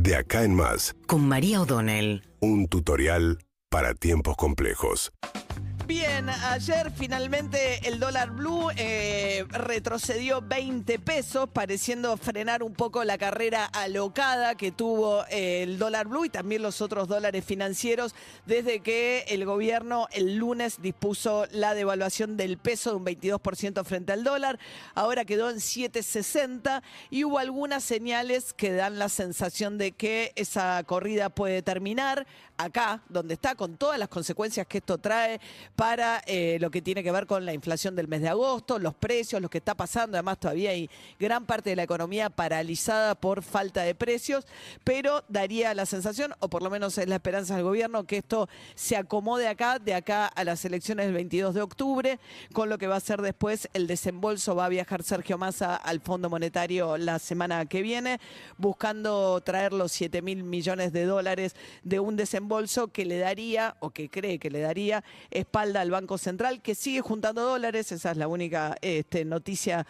De acá en más, con María O'Donnell. un tutorial para tiempos complejos. Bien, ayer finalmente el dólar blue retrocedió 20 pesos, pareciendo frenar un poco la carrera alocada que tuvo el dólar blue y también los otros dólares financieros desde que el gobierno el lunes dispuso la devaluación del peso de un 22% frente al dólar. Ahora quedó en 7.60 y hubo algunas señales que dan la sensación de que esa corrida puede terminar acá, donde está, con todas las consecuencias que esto trae para lo que tiene que ver con la inflación del mes de agosto, los precios, lo que está pasando. Además, todavía hay gran parte de la economía paralizada por falta de precios, pero daría la sensación, o por lo menos es la esperanza del gobierno, que esto se acomode acá, de acá a las elecciones del 22 de octubre, con lo que va a ser después el desembolso. Va a viajar Sergio Massa al Fondo Monetario la semana que viene, buscando traer los 7.000 millones de dólares de un desembolso que le daría, o que cree que le daría, espalda al Banco Central, que sigue juntando dólares. Esa es la única noticia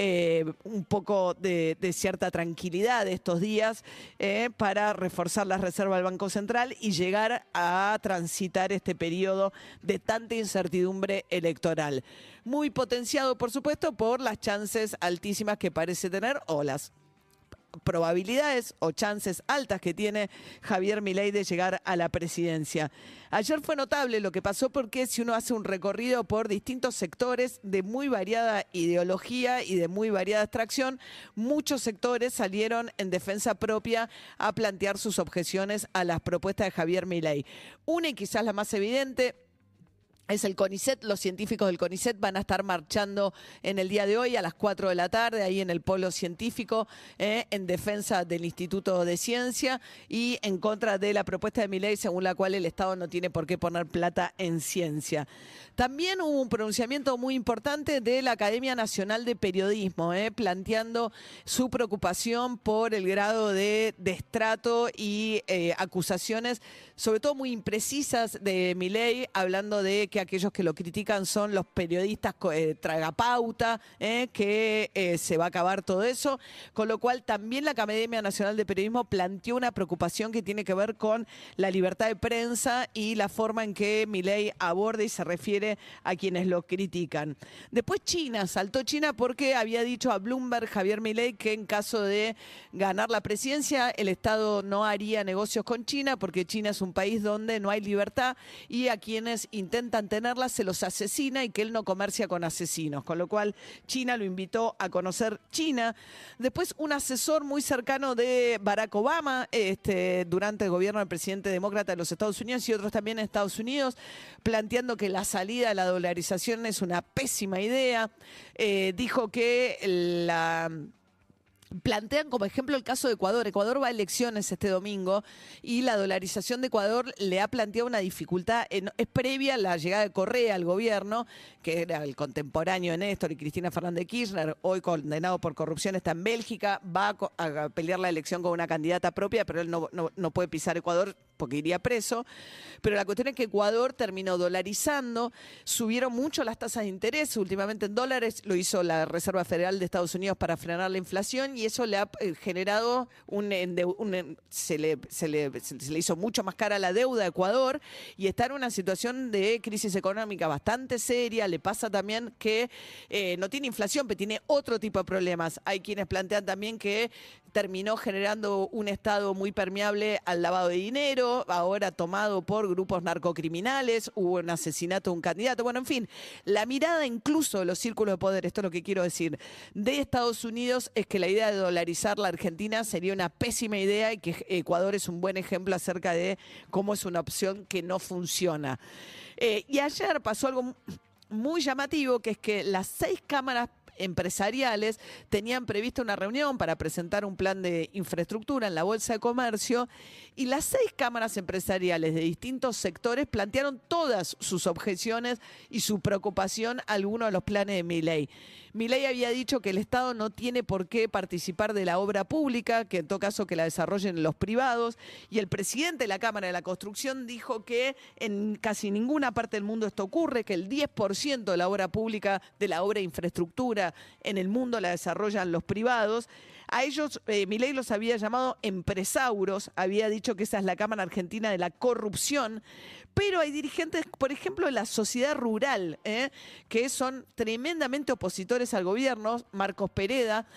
un poco de cierta tranquilidad de estos días, para reforzar las reservas del Banco Central y llegar a transitar este periodo de tanta incertidumbre electoral. Muy potenciado, por supuesto, por las chances altísimas que parece tener, o las probabilidades o chances altas que tiene Javier Milei de llegar a la presidencia. Ayer fue notable lo que pasó, porque si uno hace un recorrido por distintos sectores de muy variada ideología y de muy variada extracción, muchos sectores salieron en defensa propia a plantear sus objeciones a las propuestas de Javier Milei. Una, y quizás la más evidente, es el CONICET. Los científicos del CONICET van a estar marchando en el día de hoy a las 4 de la tarde, ahí en el Polo Científico, en defensa del Instituto de Ciencia y en contra de la propuesta de Milei, según la cual el Estado no tiene por qué poner plata en ciencia. También hubo un pronunciamiento muy importante de la Academia Nacional de Periodismo, planteando su preocupación por el grado de destrato y acusaciones, sobre todo muy imprecisas, de Milei, hablando de que aquellos que lo critican son los periodistas tragapauta, que se va a acabar todo eso, con lo cual también la Academia Nacional de Periodismo planteó una preocupación que tiene que ver con la libertad de prensa y la forma en que Milei aborda y se refiere a quienes lo critican. Después saltó China, porque había dicho a Bloomberg Javier Milei que en caso de ganar la presidencia el Estado no haría negocios con China, porque China es un país donde no hay libertad y a quienes intentan tenerla se los asesina, y que él no comercia con asesinos, con lo cual China lo invitó a conocer China. Después, un asesor muy cercano de Barack Obama durante el gobierno del presidente demócrata de los Estados Unidos y otros también en Estados Unidos, planteando que la salida de la dolarización es una pésima idea. Dijo que plantean como ejemplo el caso de Ecuador. Ecuador va a elecciones este domingo y la dolarización de Ecuador le ha planteado una dificultad. Es previa a la llegada de Correa al gobierno, que era el contemporáneo de Néstor y Cristina Fernández de Kirchner, hoy condenado por corrupción, está en Bélgica, va a pelear la elección con una candidata propia, pero él no puede pisar Ecuador porque iría preso. Pero la cuestión es que Ecuador terminó dolarizando, subieron mucho las tasas de interés, últimamente en dólares, lo hizo la Reserva Federal de Estados Unidos para frenar la inflación, y eso le ha generado se le hizo mucho más cara la deuda a Ecuador, y está en una situación de crisis económica bastante seria. Le pasa también que no tiene inflación, pero tiene otro tipo de problemas. Hay quienes plantean también que terminó generando un Estado muy permeable al lavado de dinero, ahora tomado por grupos narcocriminales, hubo un asesinato de un candidato. Bueno, en fin, la mirada incluso de los círculos de poder, esto es lo que quiero decir, de Estados Unidos, es que la idea de dolarizar la Argentina sería una pésima idea, y que Ecuador es un buen ejemplo acerca de cómo es una opción que no funciona. Y ayer pasó algo muy llamativo, que es que las 6 cámaras empresariales tenían prevista una reunión para presentar un plan de infraestructura en la Bolsa de Comercio, y las 6 cámaras empresariales de distintos sectores plantearon todas sus objeciones y su preocupación a algunos de los planes de Milei. Milei había dicho que el Estado no tiene por qué participar de la obra pública, que en todo caso que la desarrollen los privados, y el presidente de la Cámara de la Construcción dijo que en casi ninguna parte del mundo esto ocurre, que el 10% de la obra pública, de la obra de infraestructura infraestructura en el mundo la desarrollan los privados. A ellos, Milei los había llamado empresauros, había dicho que esa es la Cámara Argentina de la Corrupción, pero hay dirigentes, por ejemplo, de la sociedad rural, que son tremendamente opositores al gobierno. Marcos Pereda,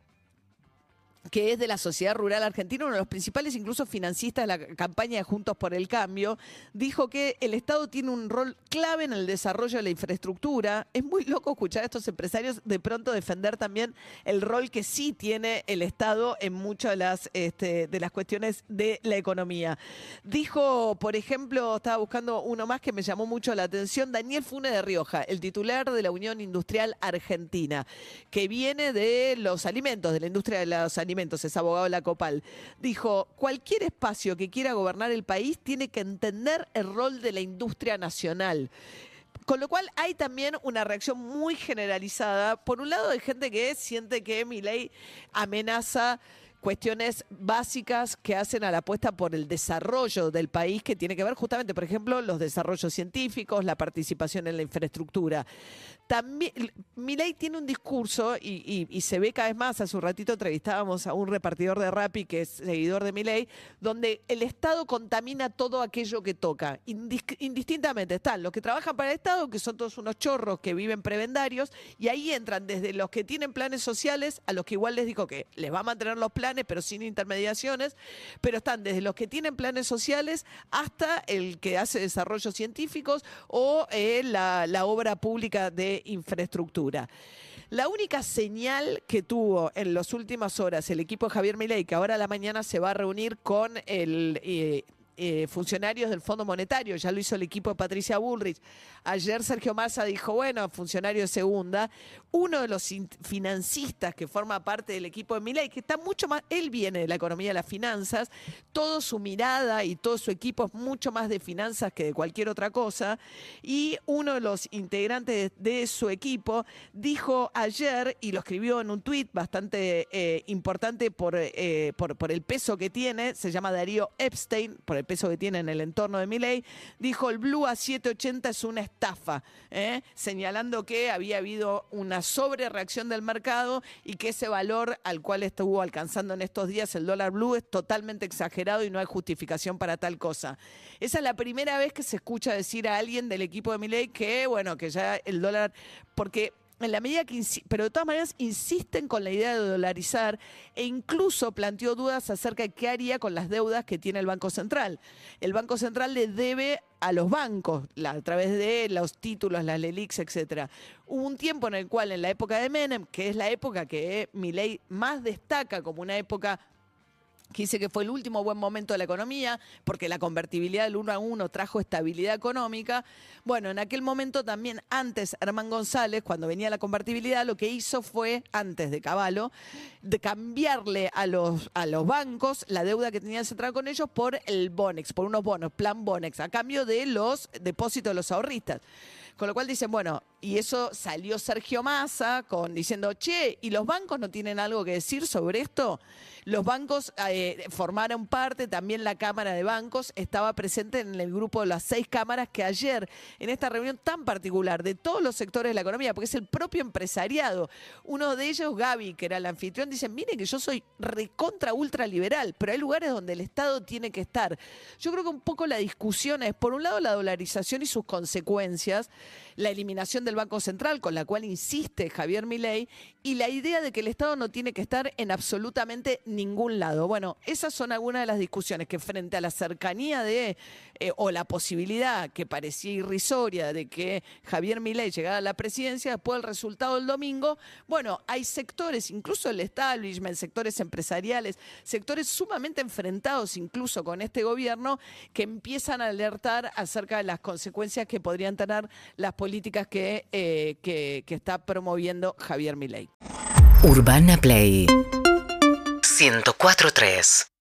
que es de la sociedad rural argentina, uno de los principales incluso financistas de la campaña de Juntos por el Cambio, dijo que el Estado tiene un rol clave en el desarrollo de la infraestructura. Es muy loco escuchar a estos empresarios de pronto defender también el rol que sí tiene el Estado en muchas de las cuestiones de la economía. Dijo, por ejemplo, estaba buscando uno más que me llamó mucho la atención, Daniel Funes de Rioja, el titular de la Unión Industrial Argentina, que viene de los alimentos, de la industria de los alimentos, es abogado de la Copal, dijo, cualquier espacio que quiera gobernar el país tiene que entender el rol de la industria nacional. Con lo cual hay también una reacción muy generalizada, por un lado de gente que siente que Milei amenaza cuestiones básicas que hacen a la apuesta por el desarrollo del país, que tiene que ver justamente, por ejemplo, los desarrollos científicos, la participación en la infraestructura. También Milei tiene un discurso, y se ve cada vez más. Hace un ratito entrevistábamos a un repartidor de Rappi que es seguidor de Milei, donde el Estado contamina todo aquello que toca. Indistintamente están los que trabajan para el Estado, que son todos unos chorros que viven prebendarios, y ahí entran desde los que tienen planes sociales, a los que igual les dijo que les va a mantener los planes, pero sin intermediaciones, pero están desde los que tienen planes sociales hasta el que hace desarrollos científicos o la obra pública de infraestructura. La única señal que tuvo en las últimas horas el equipo de Javier Milei, que ahora a la mañana se va a reunir con funcionarios del Fondo Monetario, ya lo hizo el equipo de Patricia Bullrich. Ayer Sergio Massa dijo, bueno, funcionario de segunda, uno de los financistas que forma parte del equipo de Milei, que está mucho más, él viene de la economía de las finanzas, toda su mirada y todo su equipo es mucho más de finanzas que de cualquier otra cosa, y uno de los integrantes de su equipo dijo ayer, y lo escribió en un tuit bastante importante por el peso que tiene, se llama Darío Epstein, por el peso que tiene en el entorno de Milei, dijo el Blue a 7.80 es una estafa, señalando que había habido una sobrereacción del mercado y que ese valor al cual estuvo alcanzando en estos días el dólar blue es totalmente exagerado y no hay justificación para tal cosa. Esa es la primera vez que se escucha decir a alguien del equipo de Milei que, bueno, que ya el dólar, porque en la medida que, pero de todas maneras insisten con la idea de dolarizar, e incluso planteó dudas acerca de qué haría con las deudas que tiene el Banco Central. El Banco Central le debe a los bancos a través de los títulos, las LELIQs, etcétera. Hubo un tiempo en el cual, en la época de Menem, que es la época que Milei más destaca como una época que dice que fue el último buen momento de la economía, porque la convertibilidad del 1 a 1 trajo estabilidad económica. Bueno, en aquel momento también, antes, Herman González, cuando venía la convertibilidad, lo que hizo fue, antes de Cavallo, de cambiarle a los bancos la deuda que tenían centrada con ellos por el Bonex, por unos bonos, plan Bonex, a cambio de los depósitos de los ahorristas. Con lo cual dicen, bueno, y eso salió Sergio Massa diciendo, che, ¿y los bancos no tienen algo que decir sobre esto? Los bancos formaron parte, también la Cámara de Bancos estaba presente en el grupo de las 6 cámaras que ayer, en esta reunión tan particular de todos los sectores de la economía, porque es el propio empresariado, uno de ellos, Gaby, que era el anfitrión, dicen, miren que yo soy recontra ultraliberal, pero hay lugares donde el Estado tiene que estar. Yo creo que un poco la discusión es, por un lado, la dolarización y sus consecuencias, la eliminación del Banco Central, con la cual insiste Javier Milei, y la idea de que el Estado no tiene que estar en absolutamente ningún lado. Bueno, esas son algunas de las discusiones que, frente a la cercanía o la posibilidad que parecía irrisoria de que Javier Milei llegara a la presidencia, después del resultado del domingo, bueno, hay sectores, incluso el establishment, sectores empresariales, sectores sumamente enfrentados incluso con este gobierno, que empiezan a alertar acerca de las consecuencias que podrían tener las políticas que está promoviendo Javier Milei. Urbana Play 104.3